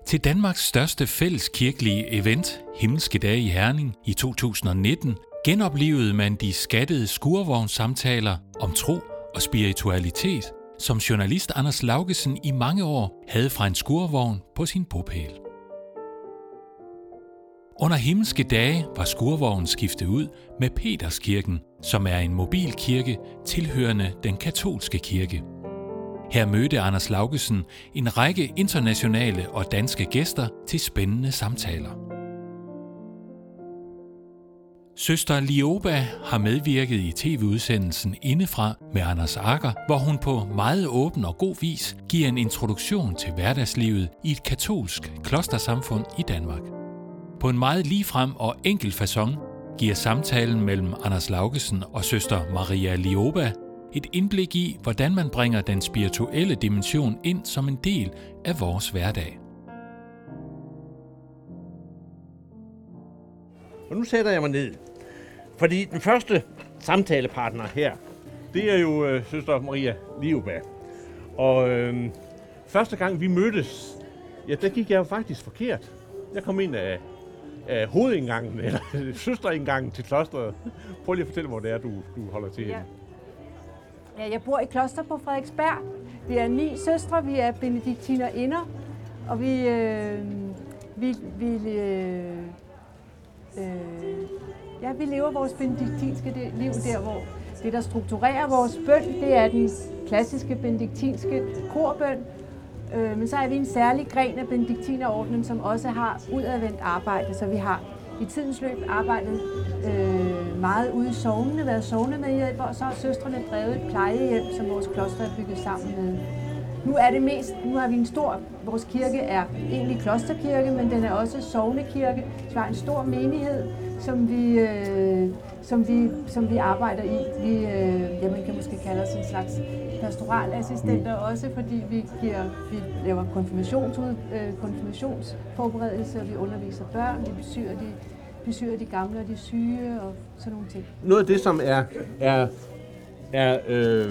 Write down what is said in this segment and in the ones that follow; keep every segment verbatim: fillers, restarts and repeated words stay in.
Til Danmarks største fælleskirkelige event, Himmelske Dage i Herning i to tusind nitten, genoplevede man de skattede skurvognssamtaler om tro og spiritualitet, som journalist Anders Laugesen i mange år havde fra en skurvogn på sin bopæl. Under Himmelske Dage var skurvognen skiftet ud med Peterskirken, som er en mobilkirke tilhørende den katolske kirke. Her mødte Anders Laugesen en række internationale og danske gæster til spændende samtaler. Søster Lioba har medvirket i tv-udsendelsen Indefra med Anders Agger, hvor hun på meget åben og god vis giver en introduktion til hverdagslivet i et katolsk klostersamfund i Danmark. På en meget ligefrem og enkel facon giver samtalen mellem Anders Laugesen og søster Maria Lioba et indblik i, hvordan man bringer den spirituelle dimension ind som en del af vores hverdag. Og nu sætter jeg mig ned, fordi den første samtalepartner her, det er jo øh, søster Maria Lioba. Og øh, første gang vi mødtes, ja, der gik jeg jo faktisk forkert. Jeg kom ind af, af hovedindgangen, eller søsterindgangen til klosteret. Prøv lige at fortælle, hvor det er, du, du holder til. Ja. Ja, jeg bor i kloster på Frederiksberg. Vi er ni søstre, vi er benediktinerinder, og vi, øh, vi, vi, øh, øh, ja, vi lever vores benediktinske liv der, hvor det, der strukturerer vores bøn, det er den klassiske benediktinske korbøn. Øh, men så er vi en særlig gren af benediktinerordenen, som også har udadvendt arbejde, så vi har i tidens løb arbejdet øh, meget ude i sognene, været sognemedhjælper, og så har søstrene drevet et plejehjem, som vores kloster er bygget sammen med. Nu er det mest, nu har vi en stor, vores kirke er egentlig klosterkirke, men den er også sognekirke. Så vi har en stor menighed, som vi, øh, som vi, som vi arbejder i. Vi, øh, ja, man kan måske kalde os en slags pastoralassistenter også, fordi vi, giver, vi laver konfirmationsud, øh, konfirmationsforberedelse, og vi underviser børn, vi besøger de, besøger de gamle og de syge og sådan nogle ting. Noget af det, som er, er, er øh,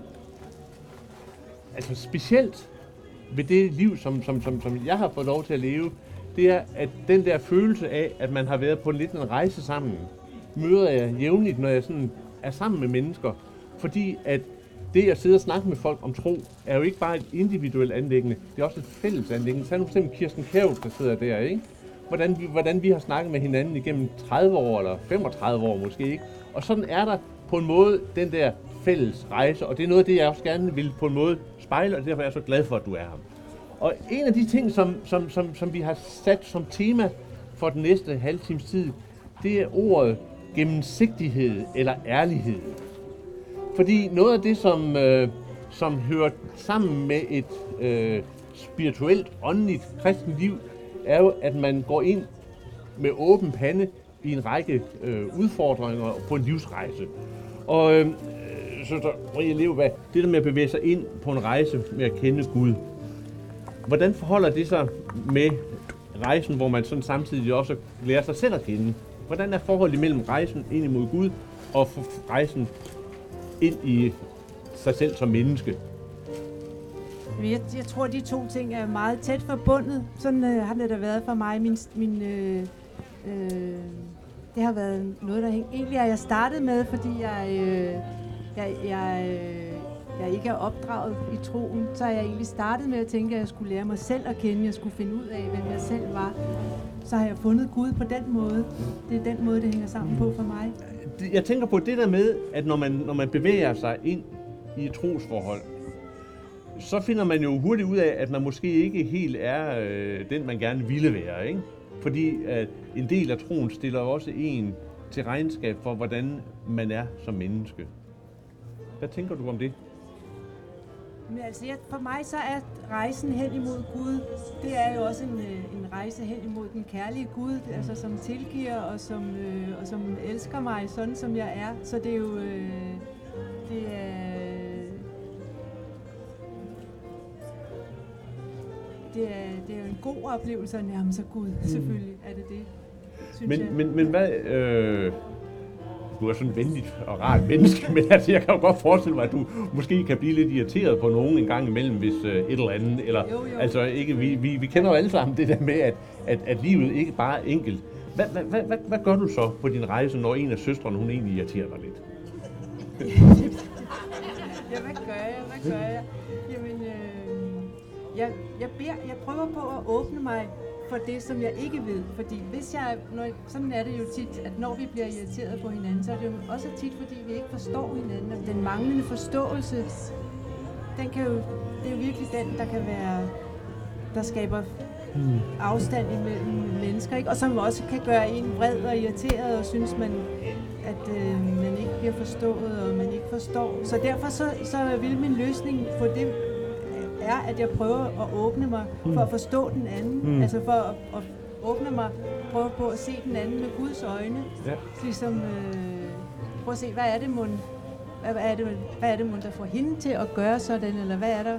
altså specielt ved det liv, som, som, som, som jeg har fået lov til at leve, det er, at den der følelse af, at man har været på en lidt en rejse sammen, møder jeg jævnligt, når jeg sådan er sammen med mennesker. Fordi at det at sidde og snakke med folk om tro, er jo ikke bare et individuelt anliggende, det er også et fælles anliggende. Tag nu for eksempel Kirsten Kjærulf, der sidder der, ikke? Hvordan vi, hvordan vi har snakket med hinanden igennem tredive år, eller femogtredive år måske, ikke? Og sådan er der på en måde den der fælles rejse, og det er noget af det, jeg også gerne vil på en måde spejle, og derfor er jeg så glad for, at du er her. Og en af de ting, som, som, som, som vi har sat som tema for den næste halve times tid, det er ordet gennemsigtighed eller ærlighed. Fordi noget af det, som, øh, som hører sammen med et øh, spirituelt, åndeligt, kristent liv, er jo, at man går ind med åben pande i en række øh, udfordringer på en livsrejse. Og øh, søster Maria Lioba, det der med at bevæge sig ind på en rejse med at kende Gud, hvordan forholder det sig med rejsen, hvor man sådan samtidig også lærer sig selv at kende? Hvordan er forholdet mellem rejsen ind imod Gud og rejsen ind i sig selv som menneske? Jeg, jeg tror, de to ting er meget tæt forbundet. Sådan øh, har det da været for mig. Min, min, øh, øh, det har været noget, der egentlig er jeg startet med, fordi jeg, øh, jeg, jeg, øh, jeg ikke er opdraget i troen. Så har jeg egentlig startet med at tænke, at jeg skulle lære mig selv at kende. Jeg skulle finde ud af, hvem jeg selv var. Så har jeg fundet Gud på den måde. Det er den måde, det hænger sammen på for mig. Jeg tænker på det der med, at når man, når man bevæger sig ind i et trosforhold, så finder man jo hurtigt ud af, at man måske ikke helt er øh, den, man gerne ville være, ikke? Fordi at en del af troen stiller også en til regnskab for, hvordan man er som menneske. Hvad tænker du om det? Men altså, jeg, for mig så er rejsen hen imod Gud, det er jo også en, en rejse hen imod den kærlige Gud, altså som tilgiver og som, øh, og som elsker mig sådan, som jeg er. Så det er jo, øh, det er, det er, det er jo en god oplevelse at nærme sig Gud, selvfølgelig er det det, synes men, jeg. Men, men hvad, øh, du er sådan et venligt og rart menneske, men altså, jeg kan jo godt forestille mig, at du måske kan blive lidt irriteret på nogen en gang imellem, hvis uh, et eller andet, eller, jo, jo. altså, ikke, vi, vi, vi kender jo alle sammen det der med, at, at, at livet ikke bare er enkelt. Hvad, hvad, hvad, hvad, hvad gør du så på din rejse, når en af søstrene, hun egentlig irriterer dig lidt? Ja, hvad gør jeg? Hvad gør jeg? Jamen, øh, jeg, jeg, beder, jeg prøver på at åbne mig for det, som jeg ikke ved. Fordi hvis jeg, når, sådan er det jo tit, at når vi bliver irriteret på hinanden, så er det jo også tit, fordi vi ikke forstår hinanden. Og den manglende forståelse, den kan jo, det er jo virkelig den, der kan være, der skaber afstand imellem mennesker, ikke? Og som også kan gøre en vred og irriteret, og synes man, at øh, man ikke bliver forstået, og man ikke forstår. Så derfor så, så vil min løsning på det er, at jeg prøver at åbne mig for at forstå den anden. Mm. Altså for at, at åbne mig, prøve på at se den anden med Guds øjne. Ja. Ligesom, øh, prøv at se, hvad er det mon, hvad, hvad er det, hvad er det mon, der får hende til at gøre sådan, eller hvad er der,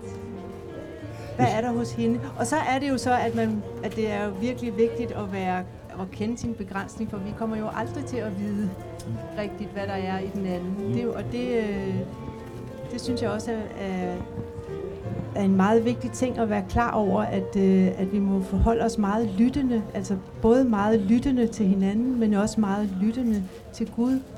hvad er der hos hende? Og så er det jo så, at, man, at det er jo virkelig vigtigt at være at kende sin begrænsning, for vi kommer jo aldrig til at vide rigtigt, hvad der er i den anden. Mm. Det, og det, øh, det synes jeg også er, er, er en meget vigtig ting at være klar over, at, øh, at vi må forholde os meget lyttende, altså både meget lyttende til hinanden, men også meget lyttende til Gud. Mm.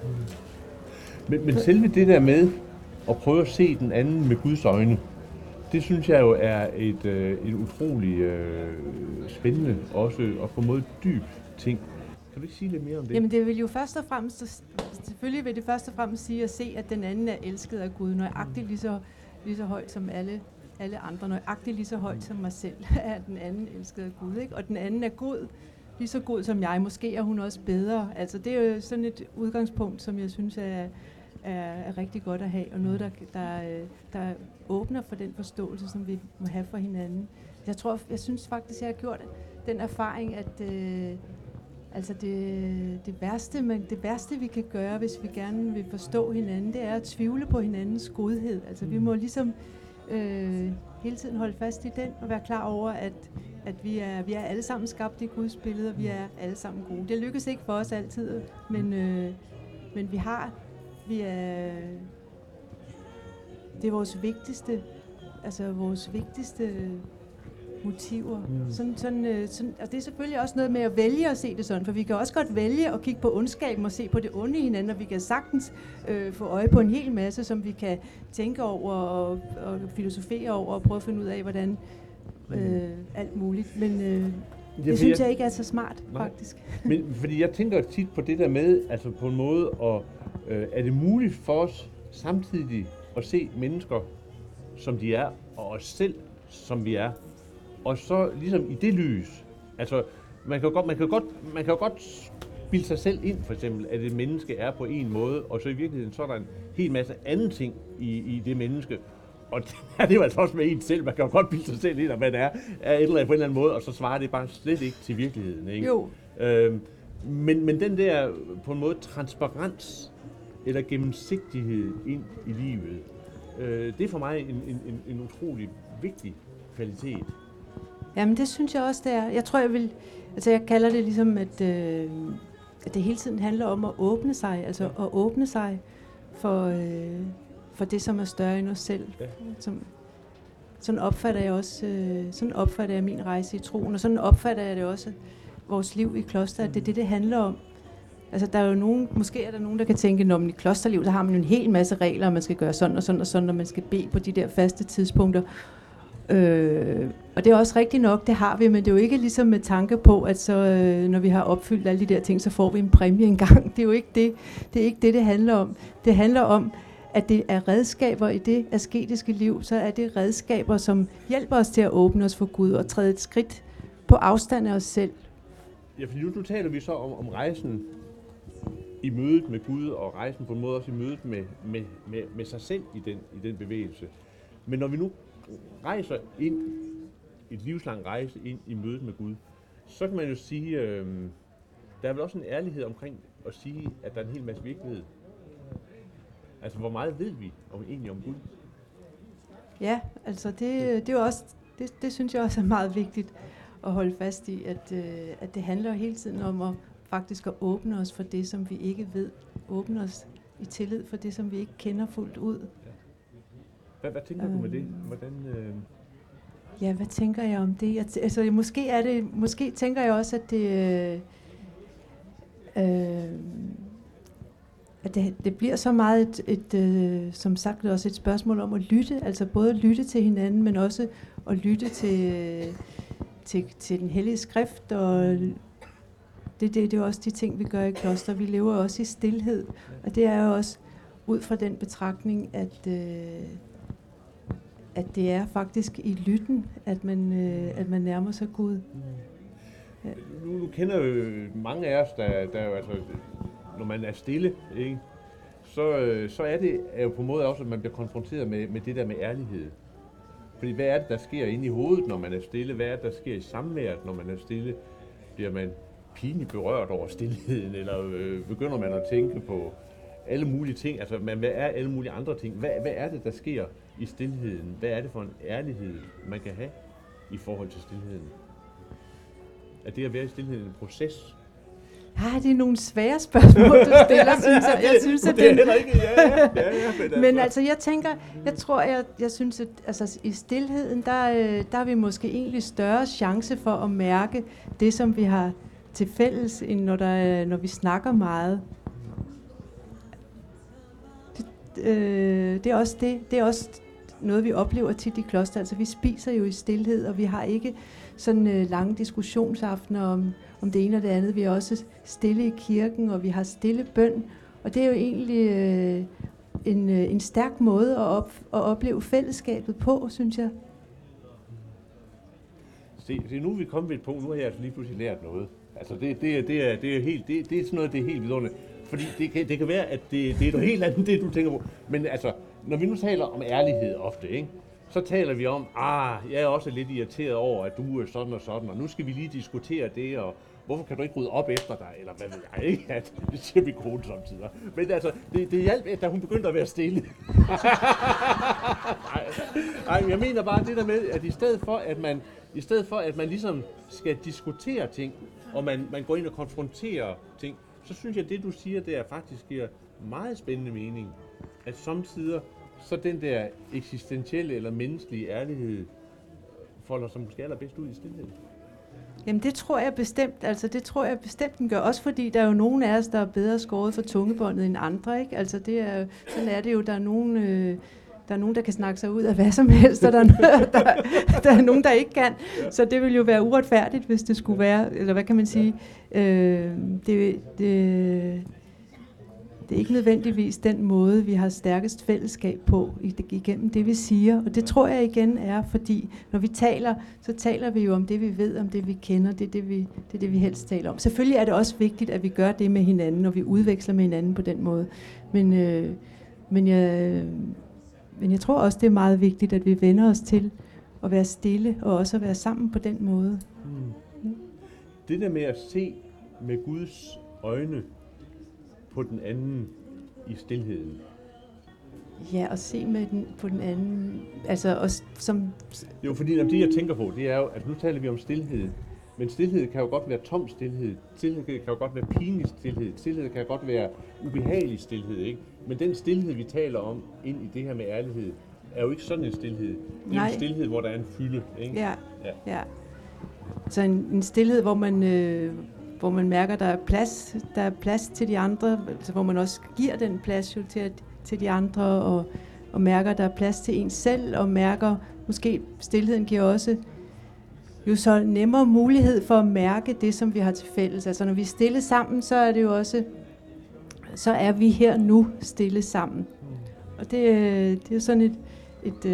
Men, men selve det der med at prøve at se den anden med Guds øjne, det synes jeg jo er et, øh, et utroligt øh, spændende, også og på en måde dyb ting. Kan du ikke sige lidt mere om det? Jamen det vil jo først og fremmest, selvfølgelig vil det først og fremmest sige at se, at den anden er elsket af Gud, nøjagtigt lige så, lige så højt som alle, alle andre, nøjagtigt lige så højt som mig selv, er den anden elsket af Gud, ikke? Og den anden er god, lige så god som jeg, måske er hun også bedre. Altså det er jo sådan et udgangspunkt, som jeg synes er, er, er rigtig godt at have, og noget, der, der, der åbner for den forståelse, som vi må have for hinanden. Jeg tror, jeg synes faktisk, jeg har gjort den erfaring, at øh, altså det, det, værste, men det værste, vi kan gøre, hvis vi gerne vil forstå hinanden, det er at tvivle på hinandens godhed. Altså vi må ligesom øh, hele tiden holde fast i den, og være klar over, at, at vi, er, vi er alle sammen skabt i Guds billede, og vi er alle sammen gode. Det lykkes ikke for os altid, men, øh, men vi har, vi er, det er vores vigtigste, altså vores vigtigste motiver. Mm. Sådan, sådan, sådan, og det er selvfølgelig også noget med at vælge at se det sådan, for vi kan også godt vælge at kigge på ondskaben og se på det onde i hinanden, og vi kan sagtens øh, få øje på en hel masse, som vi kan tænke over og, og filosofere over og prøve at finde ud af, hvordan øh, alt muligt. Men øh, det ja, synes jeg, jeg ikke er så smart, nej, faktisk. Men fordi jeg tænker tit på det der med, altså på en måde, og øh, er det muligt for os samtidig at se mennesker, som de er, og os selv, som vi er, og så ligesom i det lys, altså man kan jo godt, man kan godt, man kan jo godt bilde sig selv ind, for eksempel, at et menneske er på en måde, og så i virkeligheden så er der en hel masse anden ting i, i det menneske, og det er det jo altså også med en selv. Man kan jo godt bilde sig selv ind, at man er, er et eller andet på en eller anden måde, og så svarer det bare slet ikke til virkeligheden, ikke? Jo. Øhm, men, men den der på en måde transparens eller gennemsigtighed ind i livet, øh, det er for mig en, en, en, en utrolig vigtig kvalitet. Jamen det synes jeg også, det er. Jeg tror, jeg vil, altså jeg kalder det ligesom, at, øh, at det hele tiden handler om at åbne sig, altså at åbne sig for, øh, for det, som er større end os selv. Ja. Som, sådan opfatter jeg også, øh, sådan opfatter jeg min rejse i troen, og sådan opfatter jeg det også, vores liv i kloster, at det er det, det handler om. Altså der er jo nogen, måske er der nogen, der kan tænke, når man i klosterliv, der har man jo en hel masse regler, og man skal gøre sådan og sådan og sådan, og man skal bede på de der faste tidspunkter. Øh, og det er også rigtigt nok, det har vi, men det er jo ikke ligesom med tanke på, at så, øh, når vi har opfyldt alle de der ting, så får vi en præmie engang. Det er jo ikke det, det er ikke det, det handler om. Det handler om, at det er redskaber i det asketiske liv, så er det redskaber, som hjælper os til at åbne os for Gud og træde et skridt på afstand af os selv. Ja, for nu, nu taler vi så om, om rejsen i mødet med Gud, og rejsen på en måde også i mødet med, med, med, med sig selv i den, i den bevægelse. Men når vi nu rejser ind, et livslang rejse ind i mødet med Gud, så kan man jo sige, øh, der er vel også en ærlighed omkring at sige, at der er en hel masse virkelighed. Altså, hvor meget ved vi om, egentlig om Gud? Ja, altså det, det er jo også, det, det synes jeg også er meget vigtigt at holde fast i, at, øh, at det handler hele tiden om at faktisk at åbne os for det, som vi ikke ved. Åbne os i tillid for det, som vi ikke kender fuldt ud. Hvad, hvad tænker øhm, du med det? Hvordan, øh... Ja, hvad tænker jeg om det? Jeg t- altså, måske, er det, måske tænker jeg også, at det, øh, øh, at det, det bliver så meget et, et øh, som sagt også et spørgsmål om at lytte. Altså både at lytte til hinanden, men også at lytte til, øh, til, til den hellige skrift. Og det, det, det er også de ting, vi gør i kloster. Vi lever også i stilhed. Og det er jo også ud fra den betragtning, at... Øh, at det er faktisk i lytten, at man, øh, at man nærmer sig Gud. Ja. Nu, nu kender jo mange af os, der, der jo, altså, når man er stille, ikke, så, så er det er jo på en måde også, at man bliver konfronteret med, med det der med ærlighed. Fordi hvad er det, der sker inde i hovedet, når man er stille? Hvad er det, der sker i samværet, når man er stille? Bliver man pinligt berørt over stillheden, eller øh, begynder man at tænke på alle mulige ting? Altså, man, hvad er alle mulige andre ting? Hvad, hvad er det, der sker i stilheden? Hvad er det for en ærlighed, man kan have i forhold til stilheden? Er det at være i stilheden en proces? Ja, det er nogle svære spørgsmål, du stiller, synes jeg. Jeg synes, at det er heller ikke, ja, ja, ja, ja. Men altså, jeg tænker, jeg tror, jeg, jeg synes, at altså, i stilheden, der, der har vi måske egentlig større chance for at mærke det, som vi har til fælles, end når, der, når vi snakker meget. Det, øh, det er også det, det er også noget, vi oplever tit i kloster. Altså, vi spiser jo i stilhed, og vi har ikke sådan øh, lange diskussionsaftener om, om det ene og det andet. Vi er også stille i kirken, og vi har stille bøn. Og det er jo egentlig øh, en, øh, en stærk måde at, op, at opleve fællesskabet på, synes jeg. Se, se, nu er vi kommet ved et punkt, nu har jeg altså lige pludselig lært noget. Altså, det, det, det, er, det, er, helt, det, det er sådan noget, det er helt vidunderligt. Fordi det kan, det kan være, at det, det er noget helt andet, det du tænker på. Men altså, når vi nu taler om ærlighed ofte, ikke? Så taler vi om, ah, jeg er også lidt irriteret over, at du er sådan og sådan, og nu skal vi lige diskutere det, og hvorfor kan du ikke rydde op efter dig, eller hvad ved jeg, ikke? At, det siger min kone samtidig. Men altså, det, det hjalp, da hun begyndte at være stille. Nej, jeg mener bare det der med, at i stedet for, at man, i stedet for, at man ligesom skal diskutere ting, og man, man går ind og konfronterer ting, så synes jeg, at det du siger, der faktisk giver meget spændende mening. At samtidig så den der eksistentielle eller menneskelige ærlighed folder sig måske allerbedst ud i stilheden. Jamen det tror jeg bestemt, altså det tror jeg bestemt den gør, også fordi der er jo nogen af os, der er bedre skåret for tungebåndet end andre, ikke? Altså det er, sådan er det jo, der er nogen, øh, der er nogen, der kan snakke sig ud af hvad som helst, og der er, der, der er nogen, der ikke kan, så det vil jo være uretfærdigt, hvis det skulle være, eller hvad kan man sige, øh, det, det Det er ikke nødvendigvis den måde, vi har stærkest fællesskab på igennem det, vi siger. Og det tror jeg igen er, fordi når vi taler, så taler vi jo om det, vi ved, om det, vi kender. Det er det, vi, det, er det, vi helst taler om. Selvfølgelig er det også vigtigt, at vi gør det med hinanden, og vi udveksler med hinanden på den måde. Men, øh, men, jeg, men jeg tror også, det er meget vigtigt, at vi vender os til at være stille, og også at være sammen på den måde. Mm. Mm. Det der med at se med Guds øjne på den anden i stilheden. Ja, og se med den, på den anden, altså også som... Jo, fordi det jeg tænker på, det er jo, at nu taler vi om stilhed, men stilhed kan jo godt være tom stilhed, stilhed kan jo godt være pinlig stilhed, stilhed kan godt være ubehagelig stilhed, ikke? Men den stilhed, vi taler om ind i det her med ærlighed, er jo ikke sådan en stilhed. Det er Nej. en stilhed, hvor der er en fylde, ikke? Ja, ja. ja. Så en, en stilhed, hvor man... Øh, hvor man mærker, der er plads, der er plads til de andre, altså hvor man også giver den plads jo til, at, til de andre, og, og mærker, der er plads til en selv, og mærker, måske stilheden giver også jo så nemmere mulighed for at mærke det, som vi har til fælles. Altså når vi er stille sammen, så er det jo også, så er vi her nu stille sammen. Og det, det er jo sådan et, et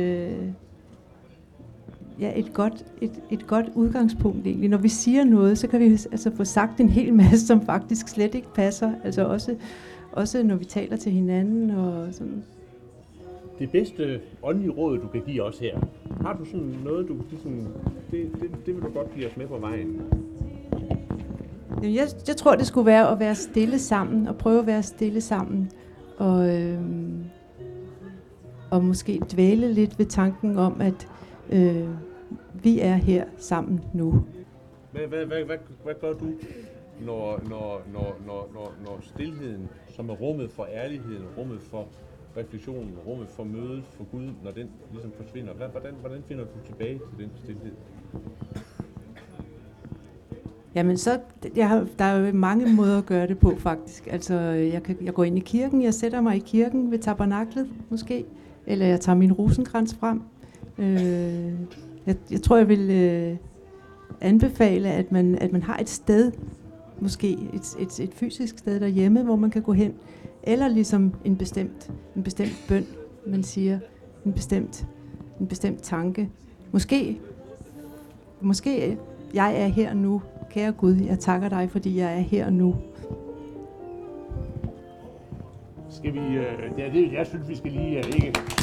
Ja, et godt, et, et godt udgangspunkt egentlig. Når vi siger noget, så kan vi altså få sagt en hel masse, som faktisk slet ikke passer. Altså også, også når vi taler til hinanden og sådan. Det bedste åndelige råd, du kan give os her, har du sådan noget, du sådan, det, det, det vil du godt give os med på vejen? Jeg, jeg tror, det skulle være at være stille sammen, og prøve at være stille sammen. Og, øhm, og måske dvæle lidt ved tanken om, at øh, vi er her sammen nu. Hvad, hvad, hvad, hvad, hvad gør du når, når, når, når, når, når stilheden, som er rummet for ærligheden, rummet for refleksionen, rummet for mødet for Gud, når den ligesom forsvinder, hvordan, hvordan finder du tilbage til den stilhed? Jamen så, jeg har, der er jo mange måder at gøre det på faktisk. Altså, jeg, kan, jeg går ind i kirken, jeg sætter mig i kirken ved tabernaklet måske, eller jeg tager min rosenkrans frem. Øh, jeg, jeg tror, jeg vil øh, anbefale, at man, at man har et sted, måske et, et, et fysisk sted derhjemme, hvor man kan gå hen, eller ligesom en bestemt, en bestemt bøn, man siger, en bestemt, en bestemt tanke. Måske, måske jeg er her nu. Kære Gud, jeg takker dig, fordi jeg er her nu. Skal vi, øh, ja, det, jeg synes, vi skal lige, øh, ikke